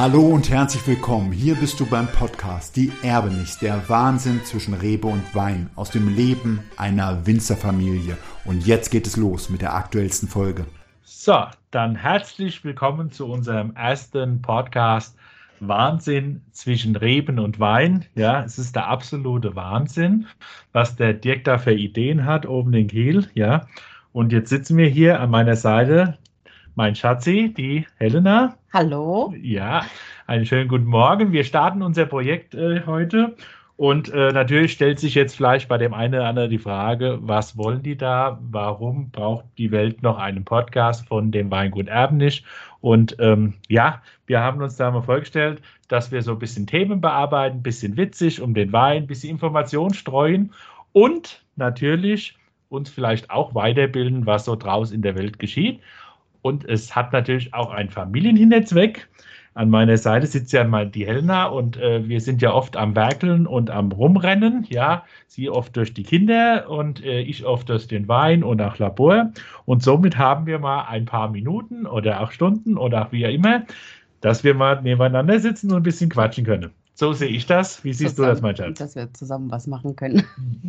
Hallo und herzlich willkommen. Hier bist du beim Podcast Die Erbenichts, der Wahnsinn zwischen Rebe und Wein aus dem Leben einer Winzerfamilie. Und jetzt geht es los mit der aktuellsten Folge. So, dann herzlich willkommen zu unserem ersten Podcast Wahnsinn zwischen Reben und Wein. Ja, es ist der absolute Wahnsinn, was der Dirk da für Ideen hat oben in Kiel. Ja, und jetzt sitzen wir hier an meiner Seite. Mein Schatzi, die Helena. Hallo. Ja, einen schönen guten Morgen. Wir starten unser Projekt heute und natürlich stellt sich jetzt vielleicht bei dem einen oder anderen die Frage, was wollen die da? Warum braucht die Welt noch einen Podcast von dem Weingut Erbenicht? Und ja, wir haben uns da mal vorgestellt, dass wir so ein bisschen Themen bearbeiten, ein bisschen witzig um den Wein, ein bisschen Information streuen und natürlich uns vielleicht auch weiterbilden, was so draußen in der Welt geschieht. Und es hat natürlich auch einen Familienhinterzweck. An meiner Seite sitzt ja mal die Helena und wir sind ja oft am Werkeln und am Rumrennen. Ja, sie oft durch die Kinder und ich oft durch den Wein und auch Labor. Und somit haben wir mal ein paar Minuten oder auch Stunden oder auch wie immer, dass wir mal nebeneinander sitzen und ein bisschen quatschen können. So sehe ich das. Wie siehst du das, mein Schatz? Dass wir zusammen was machen können.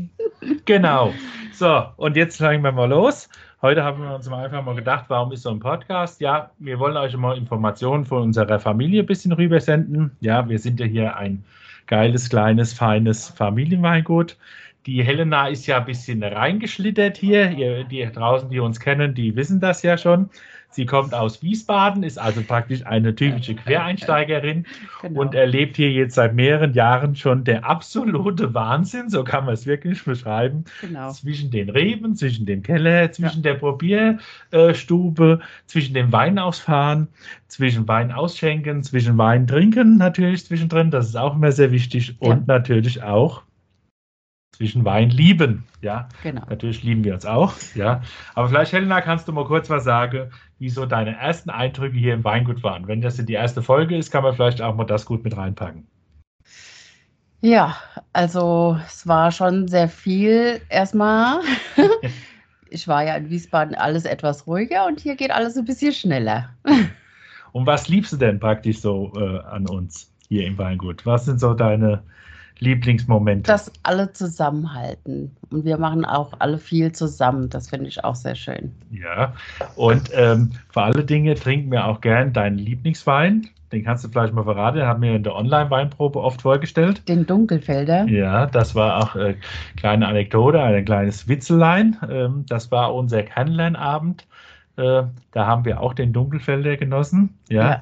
Genau. So, und jetzt legen wir mal los. Heute haben wir uns einfach mal gedacht, warum ist so ein Podcast? Ja, wir wollen euch mal Informationen von unserer Familie ein bisschen rübersenden. Ja, wir sind ja hier ein geiles, kleines, feines Familienweingut. Die Helena ist ja ein bisschen reingeschlittert hier. Die draußen, die uns kennen, die wissen das ja schon. Sie kommt aus Wiesbaden, ist also praktisch eine typische Quereinsteigerin und erlebt hier jetzt seit mehreren Jahren schon der absolute Wahnsinn, so kann man es wirklich beschreiben, zwischen den Reben, zwischen dem Keller, zwischen der Probierstube, zwischen dem Weinausfahren, zwischen Wein ausschenken, zwischen Wein trinken natürlich zwischendrin, das ist auch immer sehr wichtig und natürlich auch zwischen Wein lieben. Ja, natürlich lieben wir uns auch. Ja, aber vielleicht, Helena, kannst du mal kurz was sagen, wie so deine ersten Eindrücke hier im Weingut waren. Wenn das die erste Folge ist, kann man vielleicht auch mal das gut mit reinpacken. Ja, also es war schon sehr viel erstmal. Ich war ja in Wiesbaden alles etwas ruhiger und hier geht alles ein bisschen schneller. Und was liebst du denn praktisch so an uns hier im Weingut? Was sind so deine Lieblingsmomente? Dass alle zusammenhalten. Und wir machen auch alle viel zusammen. Das finde ich auch sehr schön. Ja, und vor alle Dinge trinken wir auch gern deinen Lieblingswein. Den kannst du vielleicht mal verraten. Den haben wir in der Online-Weinprobe oft vorgestellt. Den Dunkelfelder. Ja, das war auch eine kleine Anekdote, ein kleines Witzelein. Das war unser Kennenlernabend. Da haben wir auch den Dunkelfelder genossen. Ja.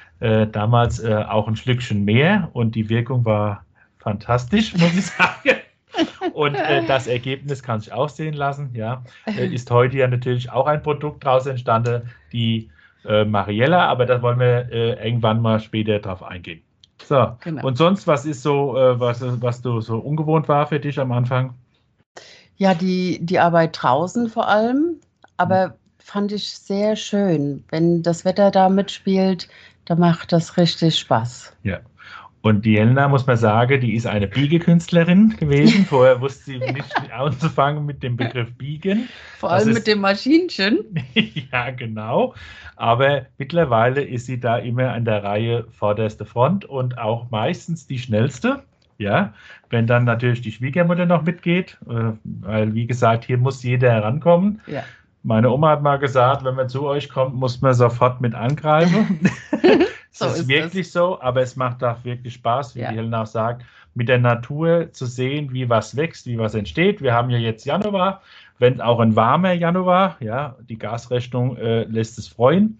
Damals auch ein Schlückchen mehr und die Wirkung war fantastisch, muss ich sagen. Und das Ergebnis kann sich auch sehen lassen. Ja, ist heute ja natürlich auch ein Produkt daraus entstanden, die Mariella, aber da wollen wir irgendwann mal später drauf eingehen. So, und sonst, was ist so, was du so ungewohnt war für dich am Anfang? Ja, die Arbeit draußen vor allem, aber fand ich sehr schön. Wenn das Wetter da mitspielt, dann macht das richtig Spaß. Ja. Und die Helena, muss man sagen, die ist eine Biegekünstlerin gewesen. Vorher wusste sie nicht anzufangen mit dem Begriff Biegen. Vor allem mit dem Maschinchen. Ja, genau. Aber mittlerweile ist sie da immer an der Reihe vorderste Front und auch meistens die schnellste. Ja, wenn dann natürlich die Schwiegermutter noch mitgeht, weil, wie gesagt, hier muss jeder herankommen. Ja. Meine Oma hat mal gesagt, wenn man zu euch kommt, muss man sofort mit angreifen. So ist wirklich so, aber es macht auch wirklich Spaß, wie die Helena auch sagt, mit der Natur zu sehen, wie was wächst, wie was entsteht. Wir haben ja jetzt Januar, wenn auch ein warmer Januar, ja, die Gasrechnung lässt es freuen.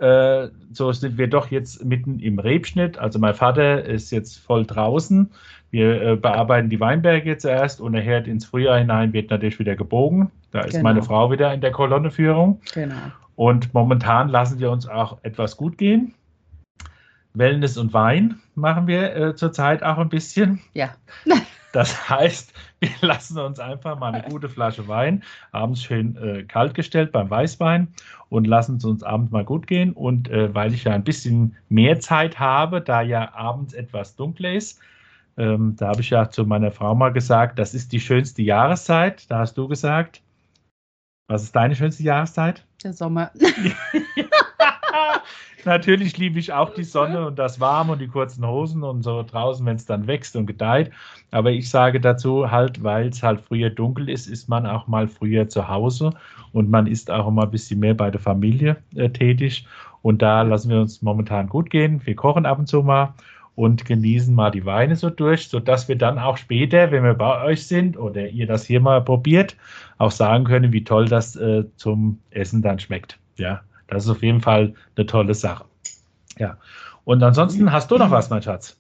So sind wir doch jetzt mitten im Rebschnitt. Also mein Vater ist jetzt voll draußen. Wir bearbeiten die Weinberge jetzt erst und nachher ins Frühjahr hinein wird natürlich wieder gebogen. Da ist meine Frau wieder in der Kolonneführung. Genau. Und momentan lassen wir uns auch etwas gut gehen. Wellness und Wein machen wir zurzeit auch ein bisschen. Ja. Das heißt, wir lassen uns einfach mal eine gute Flasche Wein abends schön kalt gestellt beim Weißwein und lassen es uns abends mal gut gehen. Und weil ich ja ein bisschen mehr Zeit habe, da ja abends etwas dunkler ist, da habe ich ja zu meiner Frau mal gesagt, das ist die schönste Jahreszeit. Da hast du gesagt, was ist deine schönste Jahreszeit? Der Sommer. Natürlich liebe ich auch die Sonne und das Warme und die kurzen Hosen und so draußen, wenn es dann wächst und gedeiht. Aber ich sage dazu halt, weil es halt früher dunkel ist, ist man auch mal früher zu Hause und man ist auch immer ein bisschen mehr bei der Familie tätig. Und da lassen wir uns momentan gut gehen. Wir kochen ab und zu mal und genießen mal die Weine so durch, sodass wir dann auch später, wenn wir bei euch sind oder ihr das hier mal probiert, auch sagen können, wie toll das zum Essen dann schmeckt. Ja, das ist auf jeden Fall eine tolle Sache. Ja, und ansonsten hast du noch was, mein Schatz?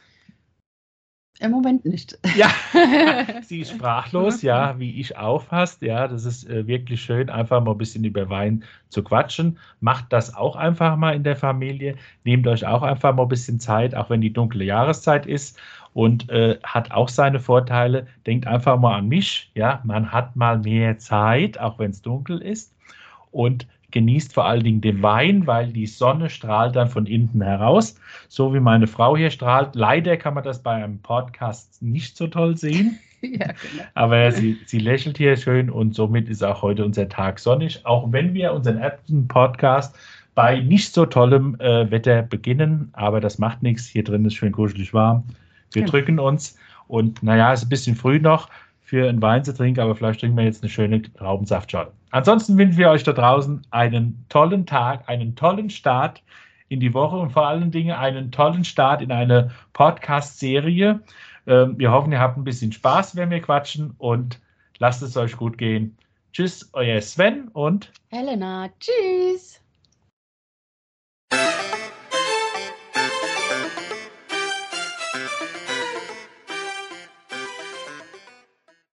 Im Moment nicht. Ja, sie ist sprachlos, ja, wie ich auch fast. Ja, das ist wirklich schön, einfach mal ein bisschen über Wein zu quatschen. Macht das auch einfach mal in der Familie. Nehmt euch auch einfach mal ein bisschen Zeit, auch wenn die dunkle Jahreszeit ist und hat auch seine Vorteile. Denkt einfach mal an mich. Ja, man hat mal mehr Zeit, auch wenn es dunkel ist. Und genießt vor allen Dingen den Wein, weil die Sonne strahlt dann von innen heraus, so wie meine Frau hier strahlt. Leider kann man das bei einem Podcast nicht so toll sehen, Ja, genau. aber sie lächelt hier schön und somit ist auch heute unser Tag sonnig, auch wenn wir unseren ersten Podcast bei nicht so tollem Wetter beginnen, aber das macht nichts. Hier drin ist schön kuschelig warm. Wir drücken uns und naja, es ist ein bisschen früh noch für einen Wein zu trinken, aber vielleicht trinken wir jetzt eine schöne Traubensaftschorle. Ansonsten wünschen wir euch da draußen einen tollen Tag, einen tollen Start in die Woche und vor allen Dingen einen tollen Start in eine Podcast-Serie. Wir hoffen, ihr habt ein bisschen Spaß, wenn wir quatschen und lasst es euch gut gehen. Tschüss, euer Sven und Helena, tschüss.